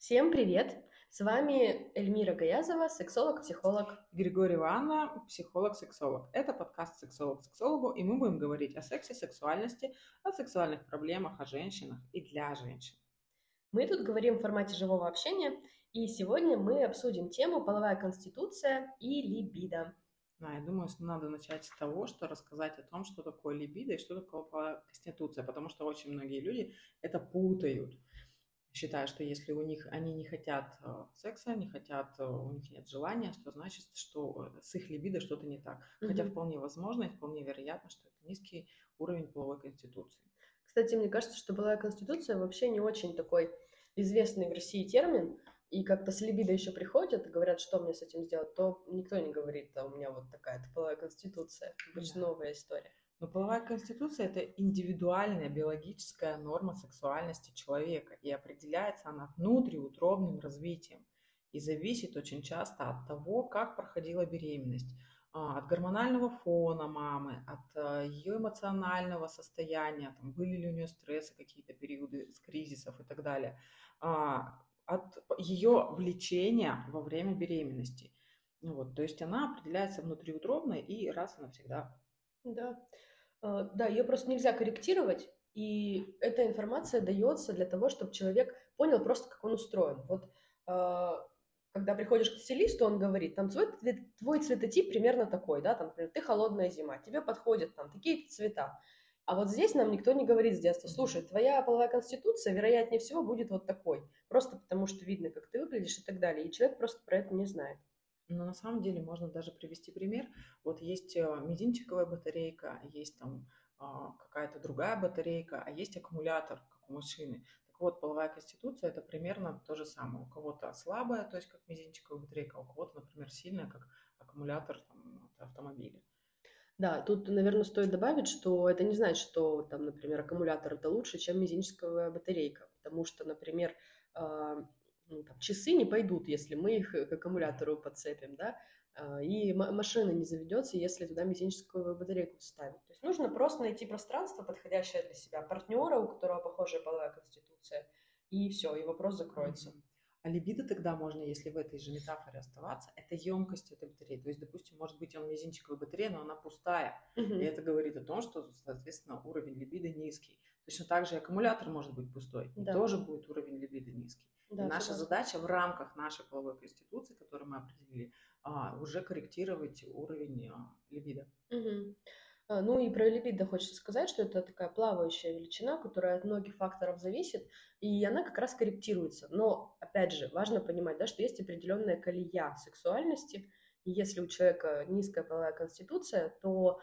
Всем привет! С вами Эльмира Гаязова, сексолог-психолог. Григорий Ивановна, психолог-сексолог. Это подкаст «Сексолог сексологу», и мы будем говорить о сексе, сексуальности, о сексуальных проблемах, о женщинах и для женщин. Мы тут говорим в формате живого общения, и сегодня мы обсудим тему «Половая конституция и либидо». Да, я думаю, что надо начать с того, что рассказать о том, что такое либидо и что такое половая конституция, потому что очень многие люди это путают. Считаю, что если у них они не хотят секса, не хотят, у них нет желания, что значит, что с их либидо что-то не так. Хотя Мгм. вполне возможно и вполне вероятно, что это низкий уровень половой конституции. Кстати, мне кажется, что половая конституция вообще не очень такой известный в России термин, и как-то с либидо еще приходят и говорят, что мне с этим сделать, то никто не говорит, а у меня вот такая-то половая конституция. Обычно Да. новая история. Но половая конституция – это индивидуальная биологическая норма сексуальности человека, и определяется она внутриутробным развитием и зависит очень часто от того, как проходила беременность, от гормонального фона мамы, от ее эмоционального состояния, там, были ли у нее стрессы, какие-то периоды с кризисов и так далее, от ее влечения во время беременности. Вот, то есть она определяется внутриутробно и раз и навсегда. Да. Да, ее просто нельзя корректировать, и эта информация дается для того, чтобы человек понял просто, как он устроен. Вот а, когда приходишь к стилисту, он говорит, там твой цветотип примерно такой, да, там, например, ты холодная зима, тебе подходят там такие цвета. А вот здесь нам никто не говорит с детства, слушай, твоя половая конституция, вероятнее всего, будет вот такой, просто потому что видно, как ты выглядишь и так далее, и человек просто про это не знает. Но на самом деле можно даже привести пример. Вот есть мизинчиковая батарейка, есть там какая-то другая батарейка, а есть аккумулятор, как у машины. Так вот, половая конституция – это примерно то же самое. У кого-то слабая, то есть как мизинчиковая батарейка, а у кого-то, например, сильная, как аккумулятор там, от автомобиля. Да, тут, наверное, стоит добавить, что это не значит, что там, например, аккумулятор это лучше, чем мизинчиковая батарейка, потому что, например, ну, там, часы не пойдут, если мы их к Да. аккумулятору подцепим, да, и машина не заведется, если туда мизинчиковую батарейку вставить. То есть нужно просто найти пространство, подходящее для себя, партнера, у которого похожая половая конституция, и все, и вопрос закроется. Мгм. А либидо тогда можно, если в этой же метафоре оставаться, это емкость этой батареи. То есть, допустим, может быть, он мизинчиковая батарея, но она пустая. И Мгм. это говорит о том, что, соответственно, уровень либидо низкий. Точно так же и аккумулятор может быть пустой, и Да, тоже будет уровень либидо низкий. И да, наша согласна. задача в рамках нашей половой конституции, которую мы определили, уже корректировать уровень либидо. Мгм. Ну и про либидо хочется сказать, что это такая плавающая величина, которая от многих факторов зависит, и она как раз корректируется. Но, опять же, важно понимать, да, что есть определенная колея сексуальности, и если у человека низкая половая конституция, то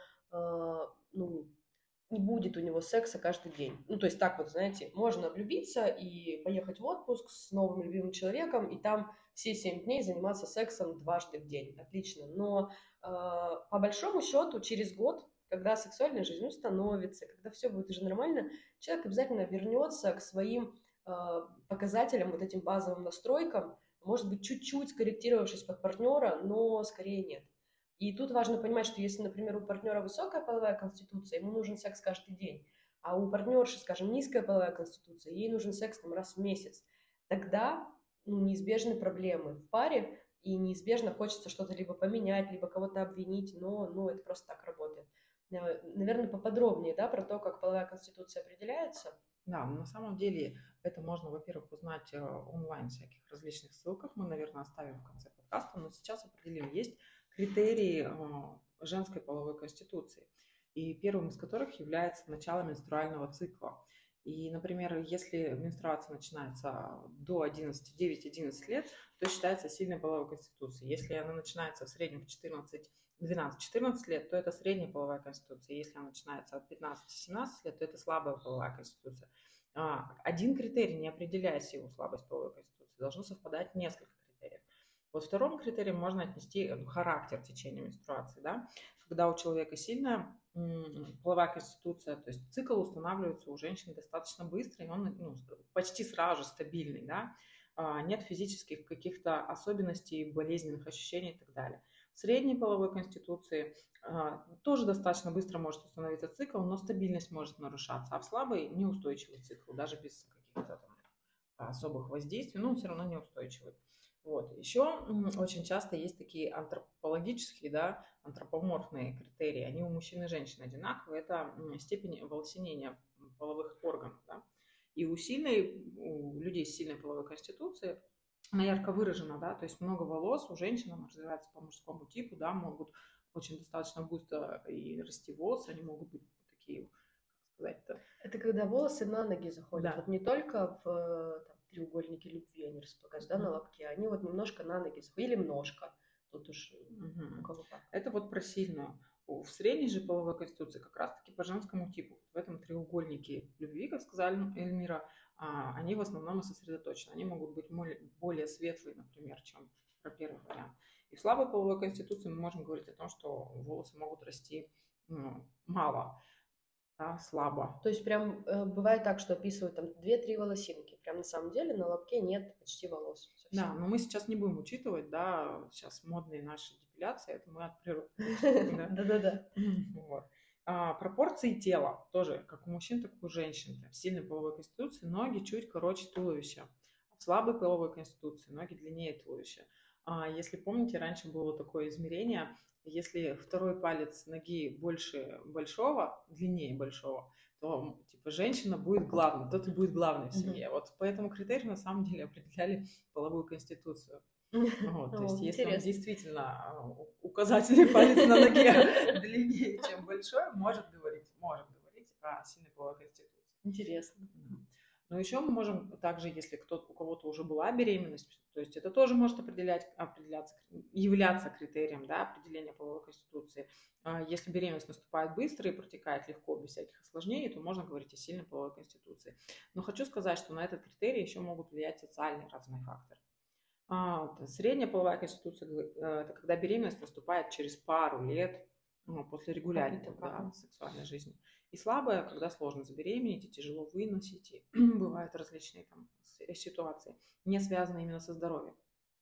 ну, не будет у него секса каждый день. Ну, то есть так вот, знаете, можно влюбиться и поехать в отпуск с новым любимым человеком, и там все 7 дней заниматься сексом дважды в день. Отлично. Но по большому счету через год, когда сексуальная жизнь установится, когда все будет уже нормально, человек обязательно вернется к своим показателям, вот этим базовым настройкам, может быть, чуть-чуть скорректировавшись под партнера, но скорее нет. И тут важно понимать, что если, например, у партнера высокая половая конституция, ему нужен секс каждый день, а у партнерши, скажем, низкая половая конституция, ей нужен секс там раз в месяц, тогда ну, неизбежны проблемы в паре, и неизбежно хочется что-то либо поменять, либо кого-то обвинить, но ну, это просто так работает. Наверное, поподробнее, да, про то, как половая конституция определяется. Да, но на самом деле это можно, во-первых, узнать онлайн в всяких различных ссылках. Мы, наверное, оставим в конце подкаста, но сейчас определим. Есть критерии женской половой конституции, и первым из которых является начало менструального цикла. И, например, если менструация начинается до 11, 9-11 лет, то считается сильной половой конституцией. Если она начинается в среднем в 14 12-14 лет, то это средняя половая конституция. Если она начинается от 15-17 лет, то это слабая половая конституция. Один критерий не определяет силу слабость половой конституции. Должно совпадать несколько критериев. Вот вторым критерием можно отнести характер течения менструации. Да? Когда у человека сильная половая конституция, то есть цикл устанавливается у женщины достаточно быстро, и он почти сразу же стабильный. Да? Нет физических каких-то особенностей, болезненных ощущений и так далее. В средней половой конституции тоже достаточно быстро может установиться цикл, но стабильность может нарушаться, а в слабой неустойчивый цикл, даже без каких-то там особых воздействий, но он все равно неустойчивый. Вот. Еще очень часто есть такие антропологические, да, антропоморфные критерии. Они у мужчин и женщин одинаковые. Это степень волосинения половых органов. Да. И у людей с сильной половой конституцией она ярко выражена, да, то есть много волос у женщин, она развивается по мужскому типу, да, могут очень достаточно густо и расти волосы, они могут быть такие, как сказать-то. Это когда волосы на ноги заходят. Вот Да. не только в там, треугольнике любви они располагаются, да, на лобке, они вот немножко на ноги заходят. Или немножко. Тут уж у кого как. Это вот про сильную. В средней же половой конституции как раз-таки по женскому типу. В этом треугольнике любви, как сказала Эльмира, они в основном и сосредоточены. Они могут быть более светлые, например, чем про первый вариант. И в слабой половой конституции мы можем говорить о том, что волосы могут расти мало, да, слабо. То есть прям бывает так, что описывают там 2-3 волосинки. Прям на самом деле на лобке нет почти волос. Совсем. Да, но мы сейчас не будем учитывать, да, сейчас модные наши депиляции, это мы от природы. Да-да-да. Пропорции тела тоже, как у мужчин, так и у женщин. В сильной половой конституции ноги чуть короче туловища. В слабой половой конституции ноги длиннее туловища. Если помните, раньше было такое измерение, если второй палец ноги больше большого, длиннее большого, то типа женщина будет главной, тот и будет главной в семье. Вот по этому критерию на самом деле определяли половую конституцию. Вот, то есть, если он действительно указательный палец на ноге длиннее, чем большой, может говорить о сильной половой конституции. Интересно. Но еще мы можем также, если у кого-то уже была беременность, то есть это тоже может являться критерием, да, определения половой конституции. Если беременность наступает быстро и протекает легко, без всяких осложнений, то можно говорить о сильной половой конституции. Но хочу сказать, что на этот критерий еще могут влиять социальные разные факторы. Средняя половая конституция – это когда беременность наступает через пару лет после регулярной сексуальной жизни. И слабая, когда сложно забеременеть и тяжело выносить, и бывают различные там ситуации, не связанные именно со здоровьем.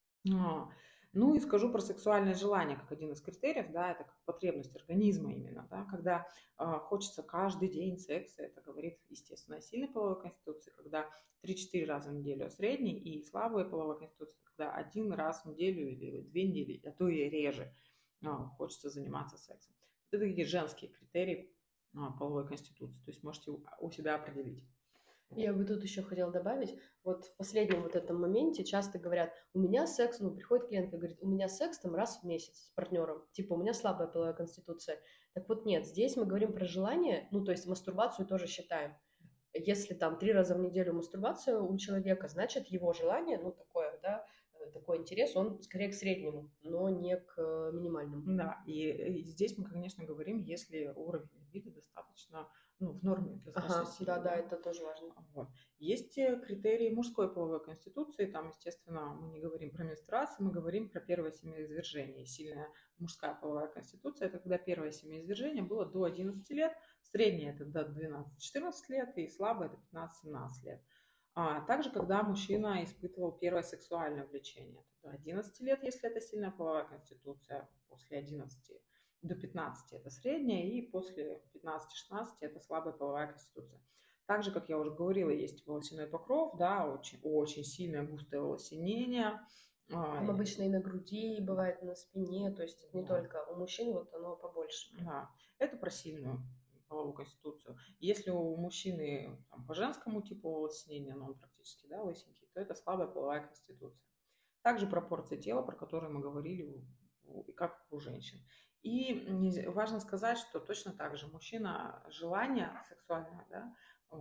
Ну и скажу про сексуальное желание как один из критериев, да, это как потребность организма именно, да, когда хочется каждый день секса, это говорит, естественно, о сильной половой конституции, когда 3-4 раза в неделю средней, и слабая половая конституция, когда 1 раз в неделю или 2 недели, а то и реже хочется заниматься сексом. Это такие женские критерии половой конституции, то есть можете у себя определить. Я бы тут еще хотела добавить, вот в последнем вот этом моменте часто говорят, у меня секс, приходит клиентка, говорит, у меня секс там раз в месяц с партнером, типа у меня слабая половая конституция. Так вот нет, здесь мы говорим про желание, то есть мастурбацию тоже считаем. Если там 3 раза в неделю мастурбация у человека, значит его желание, такое, да, такой интерес, он скорее к среднему, но не к минимальному. Да, и здесь мы, конечно, говорим, если уровень либидо достаточно, в норме, достаточно сильный. Да, это тоже важно. Вот. Есть критерии мужской половой конституции, там, естественно, мы не говорим про менструацию, мы говорим про первое семяизвержение. Сильная мужская половая конституция – это когда первое семяизвержение было до 11 лет, среднее – это до 12-14 лет, и слабое – это 15-17 лет. Также, когда мужчина испытывал первое сексуальное влечение, до 11 лет, если это сильная половая конституция, после 11 до 15 это средняя, и после 15-16 это слабая половая конституция. Также, как я уже говорила, есть волосяной покров, да, очень сильное густое волосинение. Там обычно и на груди, бывает на спине, то есть не только у мужчин, вот оно побольше. Да, это про сильную половую конституцию. Если у мужчины по женскому типу волосинения, но он практически, да, лысенький, то это слабая половая конституция. Также пропорции тела, про которые мы говорили, как у женщин. И важно сказать, что точно так же мужчина желание сексуальное, да,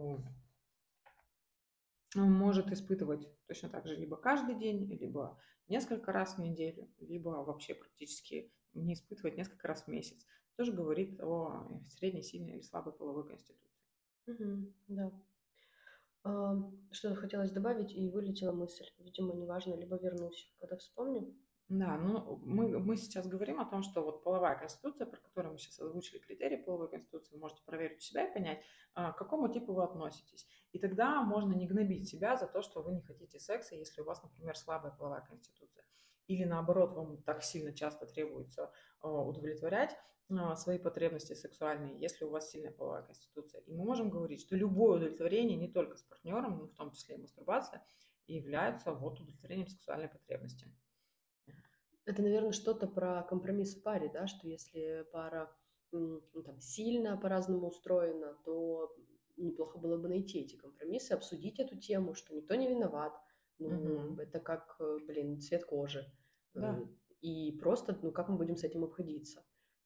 может испытывать точно так же либо каждый день, либо несколько раз в неделю, либо вообще практически не испытывать несколько раз в месяц. Тоже говорит о средней, сильной или слабой половой конституции. Да. Что-то хотелось добавить, и вылетела мысль. Видимо, неважно, либо вернусь, когда вспомню. Да, мы сейчас говорим о том, что вот половая конституция, про которую мы сейчас озвучили критерии половой конституции, вы можете проверить у себя и понять, к какому типу вы относитесь. И тогда можно не гнобить себя за то, что вы не хотите секса, если у вас, например, слабая половая конституция. Или наоборот, вам так сильно часто требуется удовлетворять свои потребности сексуальные, если у вас сильная половая конституция. И мы можем говорить, что любое удовлетворение, не только с партнером, но в том числе и мастурбация, и являются вот удовлетворением сексуальной потребности. Это, наверное, что-то про компромисс в паре, да, что если пара ну, там, сильно по-разному устроена, то неплохо было бы найти эти компромиссы, обсудить эту тему, что никто не виноват, ну, Мгм. это как, цвет кожи, Да. и просто, ну, как мы будем с этим обходиться?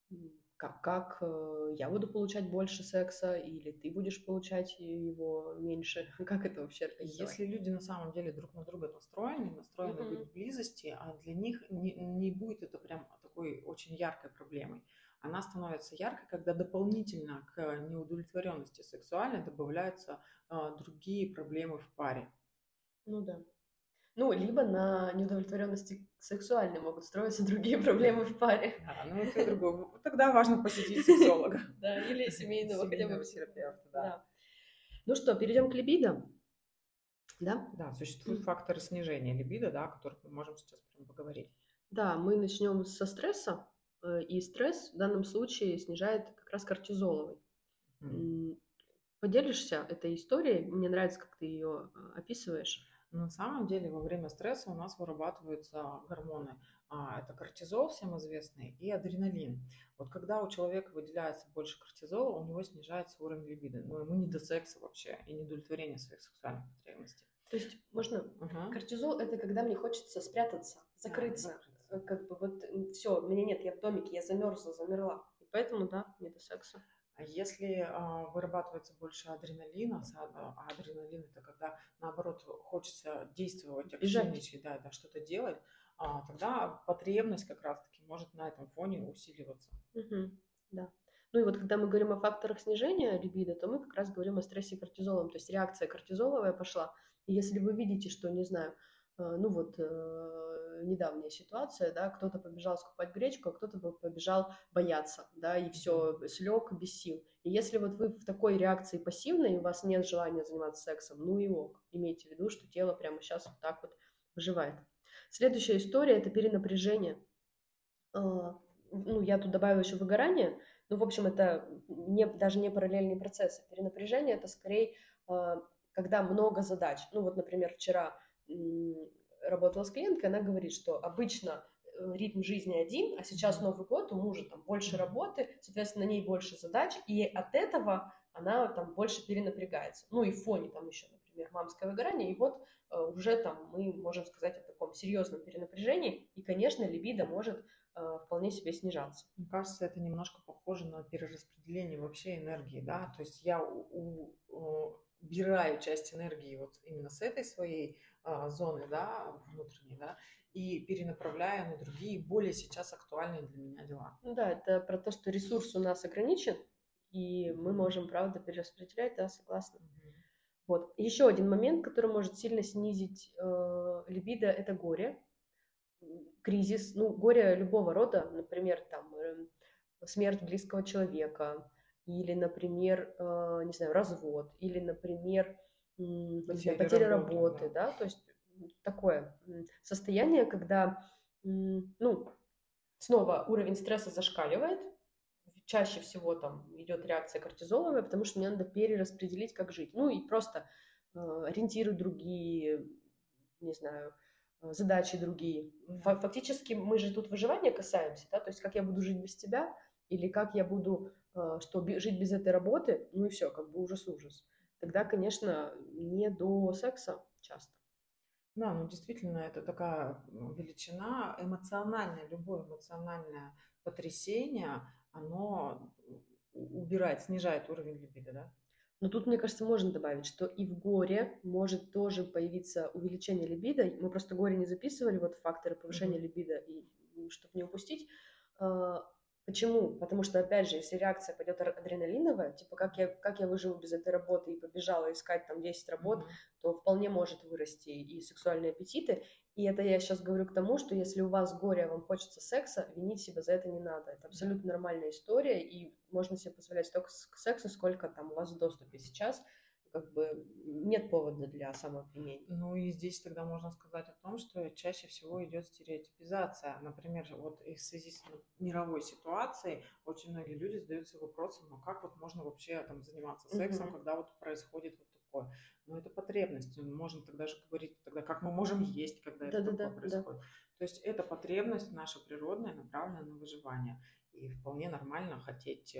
Как я буду получать больше секса, или ты будешь получать его меньше? Как это вообще организовать? Если люди на самом деле друг на друга настроены быть Мгм. в близости, а для них не будет это прям такой очень яркой проблемой. Она становится яркой, когда дополнительно к неудовлетворенности сексуальной добавляются другие проблемы в паре. Ну да. Ну, либо на неудовлетворенности сексуальной могут строиться другие проблемы в паре. Да, ну это другое. Тогда важно посетить сексолога, Да, или семейного хотя бы семейного психолога. терапевта, да. Да. Ну что, перейдем к либидо, да? Да, существуют факторы снижения либидо, да, о которых мы можем сейчас прям поговорить. Да, мы начнем со стресса, и стресс в данном случае снижает как раз кортизоловый. М. М, Поделишься этой историей? Мне нравится, как ты ее описываешь. На самом деле во время стресса у нас вырабатываются гормоны. Это кортизол, всем известный, и адреналин. Вот когда у человека выделяется больше кортизола, у него снижается уровень либидо. Но ему не до секса вообще и не до удовлетворения своих сексуальных потребностей. То есть можно... Ага. Кортизол — это когда мне хочется спрятаться, Да, закрыться. закрыться. Как бы вот все, меня нет, я в домике, я замерзла, замерла. И поэтому, да, не до секса. А если вырабатывается больше адреналина, а адреналин это когда наоборот хочется действовать, Бежать. активничать, да, что-то делать, тогда потребность как раз-таки может на этом фоне усиливаться. Мгм. Да. Ну и вот когда мы говорим о факторах снижения либидо, то мы как раз говорим о стрессе кортизолом. То есть реакция кортизоловая пошла. И если вы видите, что, не знаю, ну вот недавняя ситуация, да, кто-то побежал скупать гречку, а кто-то побежал бояться, да, и все, слег без сил. И если вот вы в такой реакции пассивной, и у вас нет желания заниматься сексом, ну и ок, имейте в виду, что тело прямо сейчас вот так вот выживает. Следующая история — это перенапряжение. Ну, я тут добавила еще выгорание. Ну, в общем, это даже не параллельные процессы. Перенапряжение — это скорее, когда много задач. Ну, вот, например, вчера работала с клиенткой, она говорит, что обычно ритм жизни один, а сейчас Новый год, у мужа там больше работы, соответственно, на ней больше задач, и от этого она там больше перенапрягается. Ну, и в фоне там еще, например, мамское выгорание, и вот уже там мы можем сказать о таком серьезном перенапряжении, и, конечно, либидо может вполне себе снижаться. Мне кажется, это немножко похоже на перераспределение вообще энергии, да, то есть я убираю часть энергии вот именно с этой своей зоны, да, внутренней, да, и перенаправляю на другие, более сейчас актуальные для меня дела. Ну да, это про то, что ресурс у нас ограничен, и мы можем, правда, перераспределять, да, согласна. Вот. Еще один момент, который может сильно снизить либидо, это горе, кризис, ну, горе любого рода, например, там, смерть близкого человека, или, например, не знаю, развод, или, например, не знаю, Потеря потеря работы, работы, да. да, то есть такое состояние, когда, ну, снова уровень стресса зашкаливает, чаще всего там идет реакция кортизоловая, потому что мне надо перераспределить, как жить. Ну и просто ориентиры другие, не знаю, задачи другие. Фактически мы же тут выживания касаемся, да, то есть как я буду жить без тебя, или как я буду жить без этой работы, ну и все, как бы ужас-ужас. Тогда, конечно, не до секса часто. Да, ну действительно, это такая величина эмоциональная, любое эмоциональное потрясение, оно убирает, снижает уровень либидо, да? Но тут, мне кажется, можно добавить, что и в горе может тоже появиться увеличение либидо. Мы просто горе не записывали, вот факторы повышения Мгм. либидо, и чтобы не упустить. А, Почему? Потому что, опять же, если реакция пойдет адреналиновая, типа как я выживу без этой работы и побежала искать там 10 работ, Мгм. то вполне может вырасти и сексуальные аппетиты. И это я сейчас говорю к тому, что если у вас горе, а вам хочется секса, винить себя за это не надо. Это абсолютно нормальная история, и можно себе позволять столько сексу, сколько там у вас в доступе сейчас. Как бы нет повода для самообвинения. Ну и здесь тогда можно сказать о том, что чаще всего идет стереотипизация. Например, вот и в связи с мировой ситуацией очень многие люди задаются вопросом, ну как вот можно вообще там заниматься сексом, Мгм. когда вот происходит вот такое. Но это потребность. Можно тогда же говорить, тогда как мы можем есть, когда это такое Да. происходит. То есть это потребность наша природная, направленная на выживание. И вполне нормально хотеть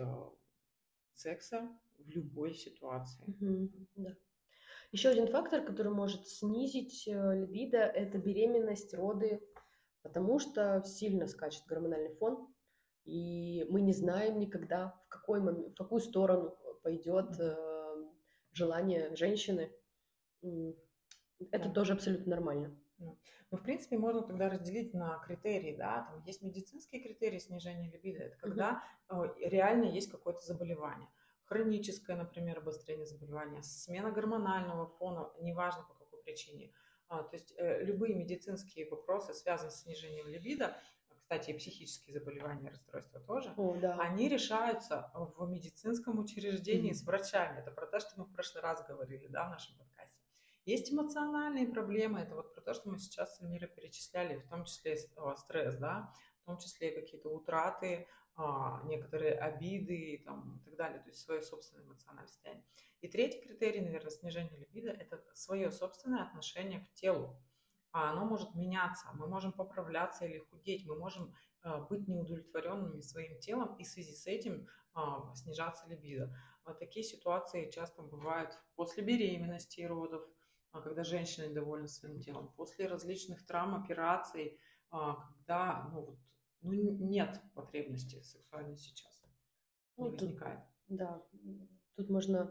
секса в любой ситуации. Да. Еще один фактор, который может снизить либидо, это беременность, роды, потому что сильно скачет гормональный фон, и мы не знаем никогда, в какой момент, в какую сторону пойдет желание женщины. Это Да. тоже абсолютно нормально. Ну, в принципе, можно тогда разделить на критерии, да, там есть медицинские критерии снижения либидо, это когда реально есть какое-то заболевание. Хроническое, например, обострение заболевания, смена гормонального фона, неважно по какой причине. То есть любые медицинские вопросы, связанные с снижением либидо, кстати, и психические заболевания, расстройства тоже, Да. они решаются в медицинском учреждении с врачами. Это про то, что мы в прошлый раз говорили, да, в нашем подкасте. Есть эмоциональные проблемы, это вот про то, что мы сейчас с Эльмирой перечисляли, в том числе стресс, да, в том числе какие-то утраты, некоторые обиды там, и так далее, то есть свое собственное эмоциональное состояние. И третий критерий, наверное, снижения либидо – это свое собственное отношение к телу. Оно может меняться, мы можем поправляться или худеть, мы можем быть неудовлетворенными своим телом и в связи с этим снижаться либидо. Вот такие ситуации часто бывают после беременности и родов, когда женщина недовольна своим телом, после различных травм, операций, когда нет потребности сексуальной сейчас, не возникает. Да, тут можно...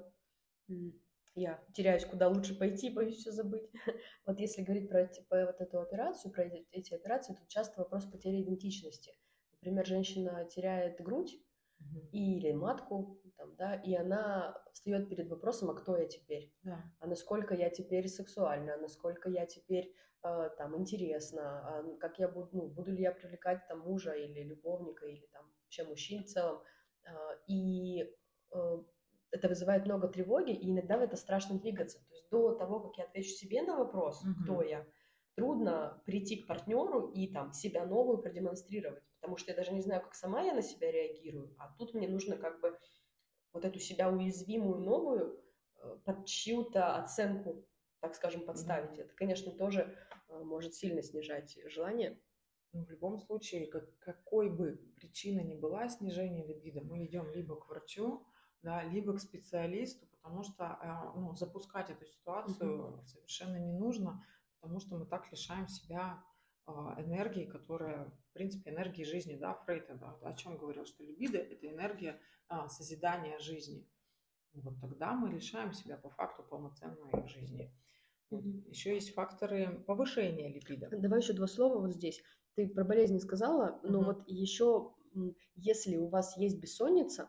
Я теряюсь, куда лучше пойти, боюсь все забыть. Вот если говорить про вот эту операцию, про эти операции, тут часто вопрос потери идентичности. Например, женщина теряет грудь или матку, там, да, и она встает перед вопросом, а кто я теперь? Да. А насколько я теперь сексуальна, насколько я теперь там интересна, как я буду, буду ли я привлекать там мужа или любовника, или там вообще мужчин в целом. И это вызывает много тревоги, и иногда в это страшно двигаться. То есть до того, как я отвечу себе на вопрос, кто я, трудно прийти к партнеру и там себя новую продемонстрировать, потому что я даже не знаю, как сама я на себя реагирую, а тут мне нужно как бы вот эту себя уязвимую новую под чью-то оценку, так скажем, подставить. Это, конечно, тоже может сильно снижать желание. В любом случае, какой бы причина ни была снижения либидо, мы идем либо к врачу, да, либо к специалисту, потому что запускать эту ситуацию совершенно не нужно, потому что мы так лишаем себя энергии, которая, в принципе, энергии жизни, да, Фрейд о чем говорил, что либидо – это энергия созидания жизни. Вот тогда мы лишаем себя по факту полноценной жизни. Вот. Еще есть факторы повышения либидо. Давай еще два слова вот здесь. Ты про болезни сказала, но вот еще, если у вас есть бессонница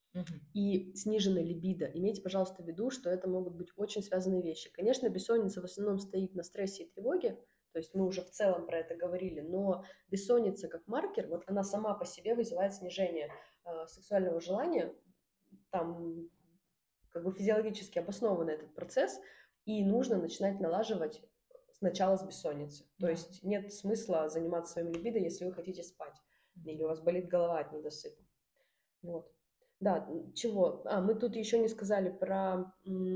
и сниженная либидо, имейте, пожалуйста, в виду, что это могут быть очень связанные вещи. Конечно, бессонница в основном стоит на стрессе и тревоге, то есть мы уже в целом про это говорили, но бессонница как маркер, вот она сама по себе вызывает снижение сексуального желания, там как бы физиологически обоснован этот процесс, и нужно начинать налаживать сначала с бессонницы. То есть нет смысла заниматься своим либидо, если вы хотите спать, или у вас болит голова от недосыпа. Вот. Да, чего? Мы тут еще не сказали про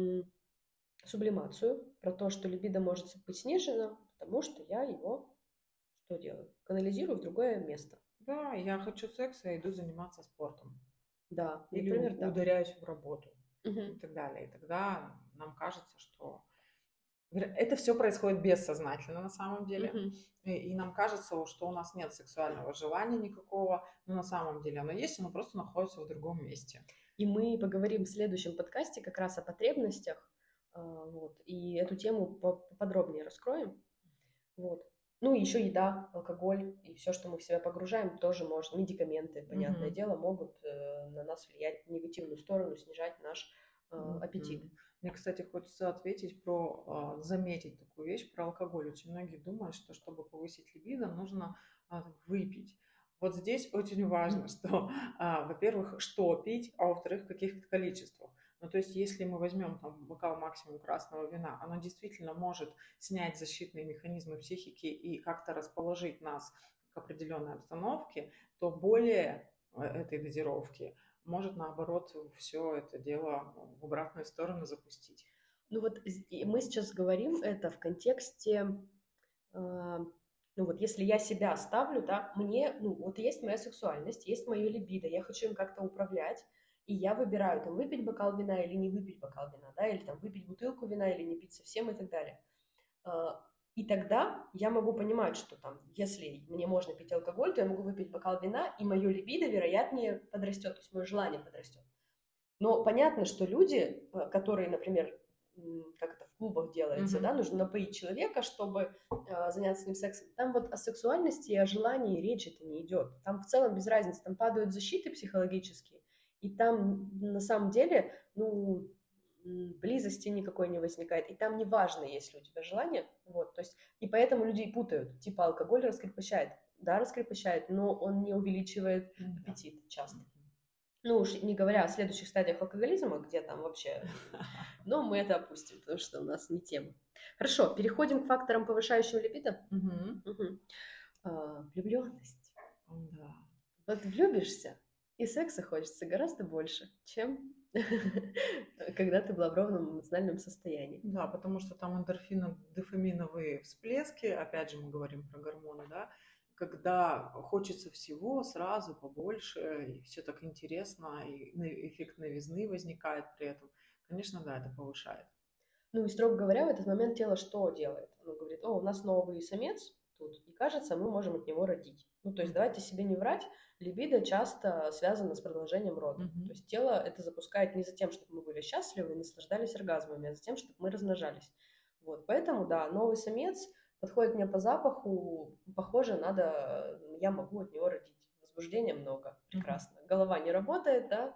сублимацию, про то, что либидо может быть снижено, потому что я его что делаю? Канализирую в другое место. Да, я хочу секса, иду заниматься спортом. Да, или например, ударяюсь в работу и так далее. И тогда нам кажется, что это все происходит бессознательно на самом деле. И нам кажется, что у нас нет сексуального желания никакого, но на самом деле оно есть, оно просто находится в другом месте. И мы поговорим в следующем подкасте как раз о потребностях, вот, и эту тему поподробнее раскроем. Вот. Ну и еще еда, алкоголь и все, что мы в себя погружаем, тоже может, медикаменты, понятное дело, могут на нас влиять в негативную сторону, снижать наш аппетит. Мне, кстати, хочется заметить такую вещь про алкоголь. Очень многие думают, что чтобы повысить либидо, нужно выпить. Вот здесь очень важно, что, во-первых, что пить, а во-вторых, в каких количествах. Ну, то есть, если мы возьмем там бокал максимум красного вина, оно действительно может снять защитные механизмы психики и как-то расположить нас к определенной обстановке, то более этой дозировки может, наоборот, все это дело в обратную сторону запустить. Ну вот мы сейчас говорим это в контексте, ну вот если я себя ставлю, да, мне, ну вот есть моя сексуальность, есть мое либидо, я хочу им как-то управлять, и я выбираю там выпить бокал вина или не выпить бокал вина, да, или там выпить бутылку вина или не пить совсем и так далее. И тогда я могу понимать, что там, если мне можно пить алкоголь, то я могу выпить бокал вина, и мое либидо, вероятнее, подрастет, то есть мое желание подрастет. Но понятно, что люди, которые, например, как это в клубах делается, да, нужно напоить человека, чтобы заняться с ним сексом. Там вот о сексуальности и о желании речи-то не идет. Там в целом без разницы, там падают защиты психологические, и там на самом деле, ну, близости никакой не возникает, и там не важно, есть ли у тебя желание, вот, то есть, и поэтому люди и путают, типа алкоголь раскрепощает, да, раскрепощает, но он не увеличивает аппетит часто. Ну уж не говоря о следующих стадиях алкоголизма, где там вообще... Но мы это опустим, потому что у нас не тема. Хорошо, переходим к факторам, повышающим либидо. Влюбленность. Да. Вот влюбишься, и секса хочется гораздо больше, чем когда ты была в ровном эмоциональном состоянии. Да, потому что там эндорфино-дофаминовые всплески, опять же мы говорим про гормоны, да, когда хочется всего сразу побольше, и все так интересно, и эффект новизны возникает при этом. Конечно, да, это повышает. Ну и, строго говоря, в этот момент тело что делает? Оно говорит: о, у нас новый самец тут, и кажется, мы можем от него родить. Ну, то есть давайте себе не врать, либидо часто связано с продолжением рода. То есть тело это запускает не за тем, чтобы мы были счастливы и наслаждались оргазмами, а за тем, чтобы мы размножались. Вот, поэтому, да, новый самец подходит мне по запаху, похоже, надо, я могу от него родить. Возбуждения много, прекрасно. Голова не работает, да,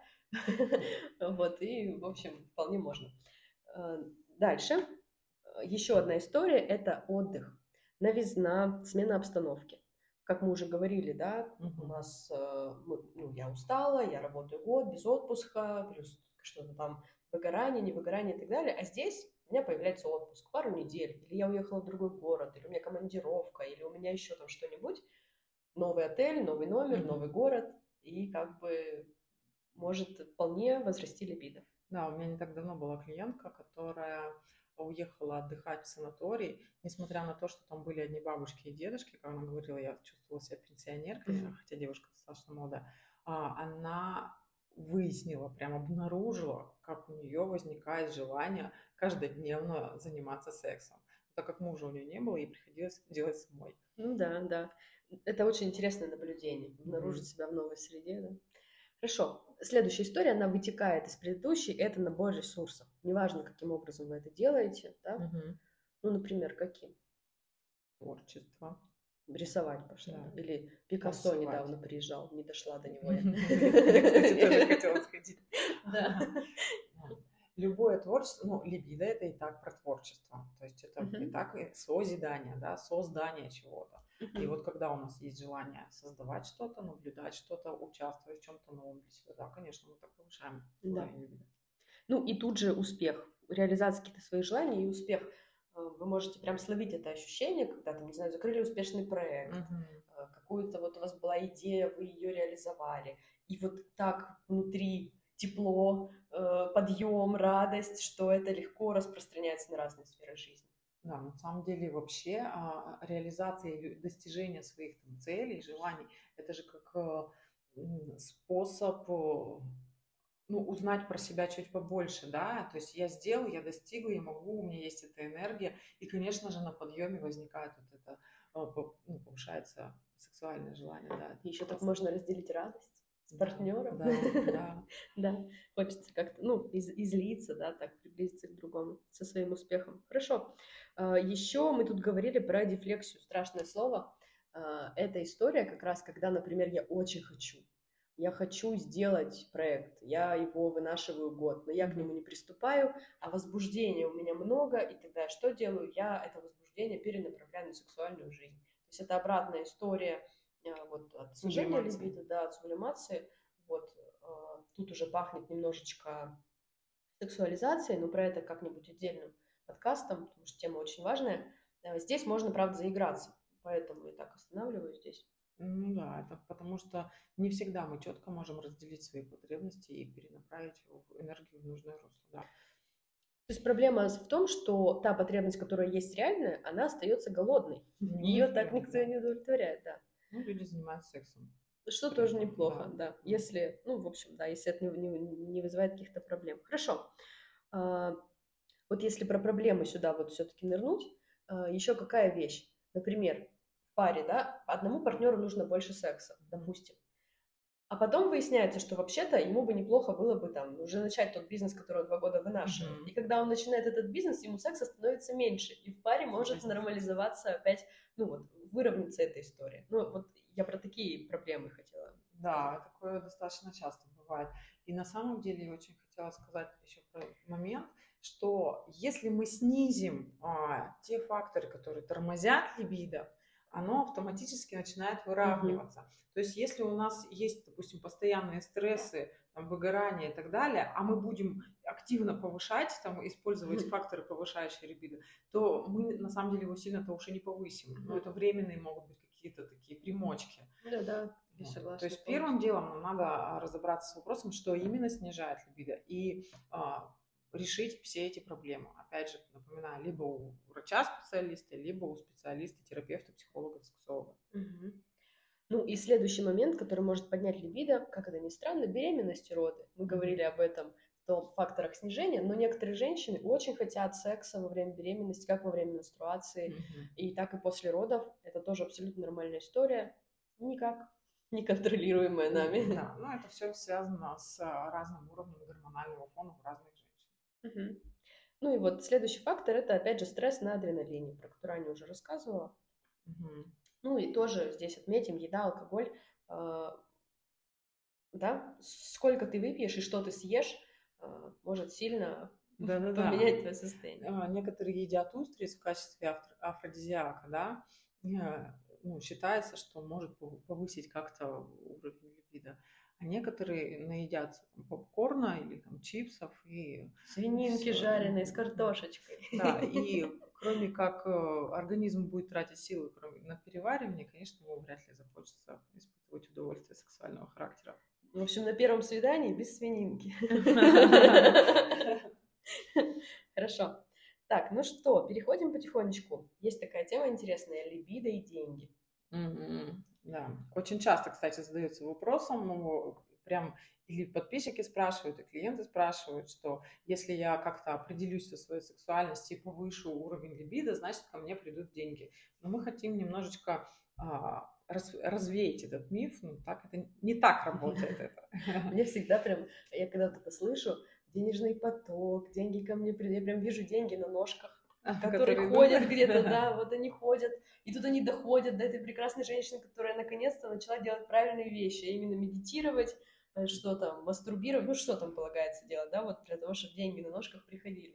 вот, и, в общем, вполне можно. Дальше. Еще одна история – это отдых, новизна, смена обстановки. Как мы уже говорили, да, у нас, я устала, я работаю год без отпуска, плюс что-то там, выгорание, не выгорание и так далее. А здесь у меня появляется отпуск, пару недель, или я уехала в другой город, или у меня командировка, или у меня еще там что-нибудь. Новый отель, новый номер, новый город, и как бы может вполне возрасти либидо. Да, у меня не так давно была клиентка, которая уехала отдыхать в санаторий, несмотря на то, что там были одни бабушки и дедушки, как она говорила, я чувствовала себя пенсионеркой, хотя девушка достаточно молодая, она выяснила, прям обнаружила, как у нее возникает желание каждодневно заниматься сексом. Так как мужа у нее не было, ей приходилось делать самой. Ну да, да. Это очень интересное наблюдение, обнаружить себя в новой среде, да. Хорошо. Следующая история, она вытекает из предыдущей, это набор ресурсов. Неважно, каким образом вы это делаете, да? Ну, например, каким? Творчество. Рисовать пошла. Да. Или Пикассо недавно приезжал, не дошла до него я. Кстати, тоже хотела сходить. Да. Любое творчество, ну, либидо это и так про творчество. То есть это и так созидание, да, создание чего-то. И вот когда у нас есть желание создавать что-то, наблюдать что-то, участвовать в чем-то новом для себя, да, конечно, мы так повышаем уровень либидо. Ну и тут же успех, реализация каких-то своих желаний и успех. Вы можете прям словить это ощущение, когда там, не знаю, закрыли успешный проект, какую-то вот у вас была идея, вы ее реализовали. И вот так внутри тепло, подъем, радость, что это легко распространяется на разные сферы жизни. Да, на самом деле вообще реализация или достижение своих там, целей, желаний, это же как способ узнать про себя чуть побольше, да, то есть я сделал, я достигла, я могу, у меня есть эта энергия, и, конечно же, на подъеме возникает вот это, повышается сексуальное желание, да. Еще так можно разделить радость с партнером. Да. Да, хочется как-то, излиться, да, так приблизиться к другому со своим успехом. Хорошо. Еще мы тут говорили про дефлексию, страшное слово. Это история как раз, когда, например, я очень хочу. Я хочу сделать проект, я его вынашиваю год, но я к нему не приступаю, а возбуждения у меня много, и тогда что делаю? Я это возбуждение перенаправляю на сексуальную жизнь. То есть это обратная история вот, от снижения либидо, да, от сублимации. Вот, тут уже пахнет немножечко сексуализацией, но про это как-нибудь отдельным подкастом, потому что тема очень важная. Здесь можно, правда, заиграться, поэтому я так останавливаюсь здесь. Ну да, это потому что не всегда мы четко можем разделить свои потребности и перенаправить энергию в нужное русло. Да. То есть проблема в том, что та потребность, которая есть реальная, она остается голодной. Ее так никто и не удовлетворяет, да. Ну, люди занимаются сексом. Что При тоже этом, неплохо, да. да. Если, ну, в общем, да, если это не вызывает каких-то проблем. Хорошо. А, Вот если про проблемы сюда вот все-таки нырнуть, еще какая вещь? Например, в паре, да, одному партнеру нужно больше секса, допустим. А потом выясняется, что вообще-то ему бы неплохо было бы там уже начать тот бизнес, который он 2 года вынашивает. И когда он начинает этот бизнес, ему секса становится меньше. И в паре может нормализоваться опять, ну вот, выровняться эта история. Ну вот я про такие проблемы хотела. Да, такое достаточно часто бывает. И на самом деле я очень хотела сказать еще про момент, что если мы снизим те факторы, которые тормозят либидо, оно автоматически начинает выравниваться. То есть если у нас есть, допустим, постоянные стрессы, там, выгорание и так далее, а мы будем активно повышать, там, использовать факторы, повышающие либидо, то мы на самом деле его сильно-то уже не повысим. Но это временные могут быть какие-то такие примочки. Да, я согласна. То есть первым делом нам надо разобраться с вопросом, что именно снижает либидо, и решить все эти проблемы. Опять же, напоминаю, либо у врача-специалиста, либо у специалиста, терапевта, психолога, сексолога. Ну и следующий момент, который может поднять либидо, как это ни странно, беременность и роды. Мы говорили об этом в факторах снижения, но некоторые женщины очень хотят секса во время беременности, как во время менструации, и так и после родов. Это тоже абсолютно нормальная история, никак неконтролируемая нами. Да, но это все связано с разным уровнем гормонального фона у разных женщин. Ну и вот следующий фактор – это, опять же, стресс на адреналине, про который Аня уже рассказывала. Ну и тоже здесь отметим еда, алкоголь. Да, сколько ты выпьешь и что ты съешь, может сильно поменять твое состояние. Некоторые едят устриц в качестве афродизиака, да, ну, считается, что может повысить как-то уровень либидо. А некоторые наедятся там, попкорна или там, чипсов и свининки жареные с картошечкой. Да, и кроме как организм будет тратить силы на переваривание, конечно, ему вряд ли захочется испытывать удовольствие сексуального характера. В общем, на первом свидании без свининки. Хорошо. Так, ну что, переходим потихонечку. Есть такая тема интересная – либидо и деньги. Да, очень часто, кстати, задаются вопросом, прям или подписчики спрашивают, и клиенты спрашивают, что если я как-то определюсь со своей сексуальностью и повышу уровень либидо, значит, ко мне придут деньги. Но мы хотим немножечко развеять этот миф, ну так это не так работает это. Мне всегда прям, я когда-то это слышу, денежный поток, деньги ко мне придут, я прям вижу деньги на ножках, которые ходят где-то, да, вот они ходят, и тут они доходят до этой прекрасной женщины, которая наконец-то начала делать правильные вещи, а именно медитировать, что там, мастурбировать, ну что там полагается делать, да, вот для того, чтобы деньги на ножках приходили.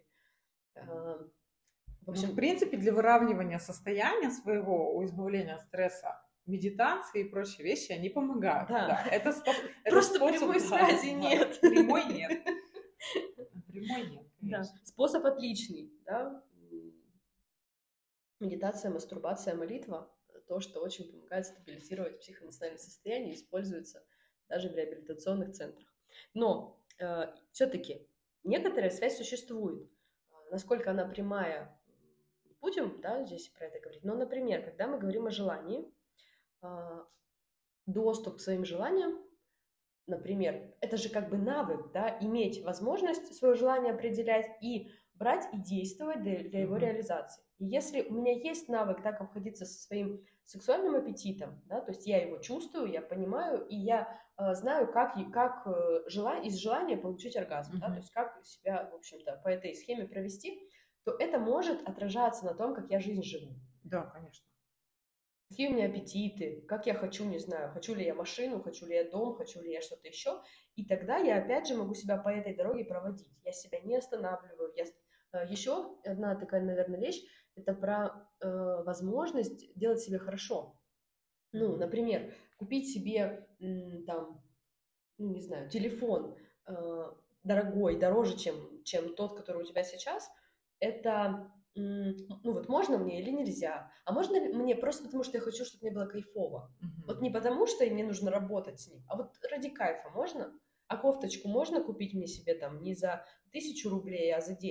В общем, в принципе, для выравнивания состояния своего, у избавления от стресса, медитации и прочие вещи, они помогают. Да. Это просто способ, прямой связи нет. Прямой нет. Прямой нет. Да. Способ отличный, да. Медитация, мастурбация, молитва – то, что очень помогает стабилизировать психоэмоциональное состояние, используется даже в реабилитационных центрах. Но все-таки некоторая связь существует. Насколько она прямая, не будем, да, здесь про это говорить. Но, например, когда мы говорим о желании, доступ к своим желаниям, например, это же как бы навык, да, иметь возможность свое желание определять и брать и действовать для его реализации. И если у меня есть навык так обходиться со своим сексуальным аппетитом, да, то есть я его чувствую, я понимаю, и я знаю, как из желания получить оргазм, да, то есть как себя, в общем-то, по этой схеме провести, то это может отражаться на том, как я жизнь живу. Да, конечно. Какие у меня аппетиты, как я хочу, не знаю, хочу ли я машину, хочу ли я дом, хочу ли я что-то еще. И тогда я опять же могу себя по этой дороге проводить. Я себя не останавливаю. Еще одна такая, наверное, вещь, это про возможность делать себе хорошо. Ну, например, купить себе там, ну, не знаю, телефон дорогой, дороже, чем тот, который у тебя сейчас. Это... ну вот можно мне или нельзя? А можно ли мне просто потому, что я хочу, чтобы мне было кайфово? Вот не потому, что мне нужно работать с ним, а вот ради кайфа можно? А кофточку можно купить мне себе там не за 1000 рублей, а за 10?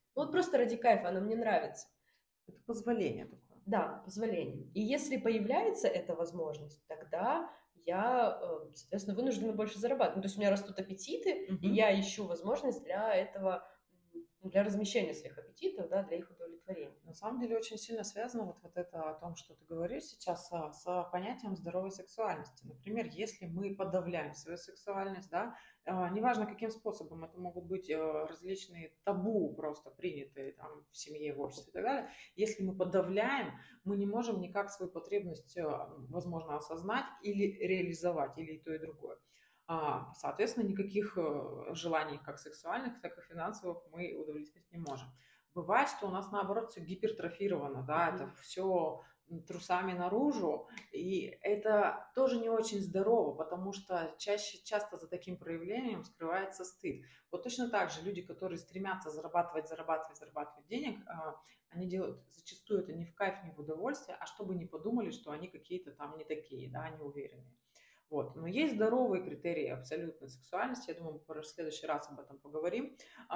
Вот просто ради кайфа, она мне нравится. Это позволение такое. Да, позволение. И если появляется эта возможность, тогда я, соответственно, вынуждена больше зарабатывать. Ну, то есть у меня растут аппетиты, и Мгм. я ищу возможность для этого, для размещения своих аппетитов, да, для их удовлетворения. На самом деле очень сильно связано вот это о том, что ты говоришь сейчас, с понятием здоровой сексуальности. Например, если мы подавляем свою сексуальность, да, неважно каким способом, это могут быть различные табу просто принятые там в семье, в обществе и так далее. Если мы подавляем, мы не можем никак свою потребность, возможно, осознать или реализовать, или и то, и другое. Соответственно, никаких желаний, как сексуальных, так и финансовых, мы удовлетворить не можем. Бывает, что у нас наоборот все гипертрофировано, да, это все трусами наружу, и это тоже не очень здорово, потому что часто за таким проявлением скрывается стыд. Вот точно так же люди, которые стремятся зарабатывать денег, они делают зачастую это не в кайф, не в удовольствие, а чтобы не подумали, что они какие-то там не такие, да, неуверенные. Вот. Но есть здоровые критерии абсолютной сексуальности, я думаю, мы в следующий раз об этом поговорим,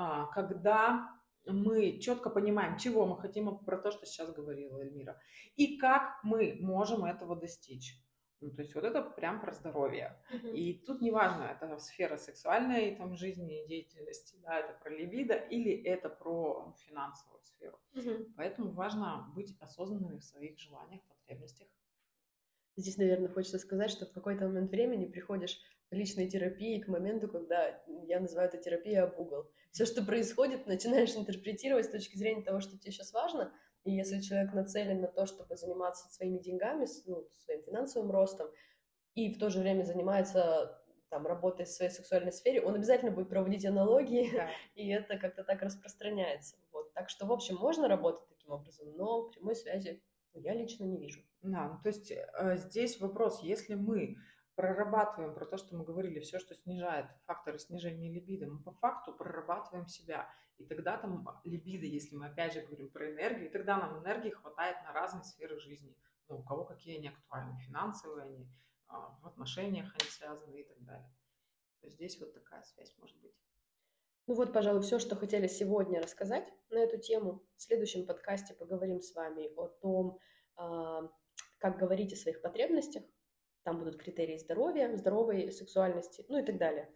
когда мы четко понимаем, чего мы хотим, про то, что сейчас говорила Эльмира, и как мы можем этого достичь. Ну, то есть вот это прям про здоровье. Мгм. И тут неважно, это сфера сексуальной там, жизни и деятельности, да, это про либидо или это про финансовую сферу. Мгм. Поэтому важно быть осознанными в своих желаниях, потребностях. Здесь, наверное, хочется сказать, что в какой-то момент времени приходишь в личной терапии к моменту, когда я называю это терапией об угол. Все, что происходит, начинаешь интерпретировать с точки зрения того, что тебе сейчас важно. И если человек нацелен на то, чтобы заниматься своими деньгами, ну, своим финансовым ростом, и в то же время занимается там, работой в своей сексуальной сфере, он обязательно будет проводить аналогии, Да. и это как-то так распространяется. Вот. Так что, в общем, можно работать таким образом, но прямой связи я лично не вижу. Да, ну, то есть здесь вопрос, если мы прорабатываем про то, что мы говорили, все, что снижает факторы снижения либидо, мы по факту прорабатываем себя. И тогда там либидо, если мы опять же говорим про энергию, и тогда нам энергии хватает на разные сферы жизни. Ну, у кого какие они актуальны, финансовые они, в отношениях они связаны и так далее. То есть здесь вот такая связь может быть. Ну вот, пожалуй, все, что хотели сегодня рассказать на эту тему. В следующем подкасте поговорим с вами о том, а, как говорить о своих потребностях. Там будут критерии здоровья, здоровой сексуальности, ну и так далее.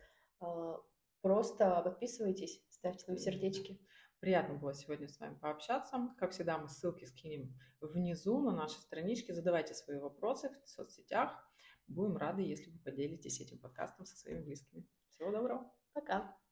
Просто подписывайтесь, ставьте нам сердечки. Приятно было сегодня с вами пообщаться. Как всегда, мы ссылки скинем внизу на нашей страничке. Задавайте свои вопросы в соцсетях. Будем рады, если вы поделитесь этим подкастом со своими близкими. Всего доброго. Пока.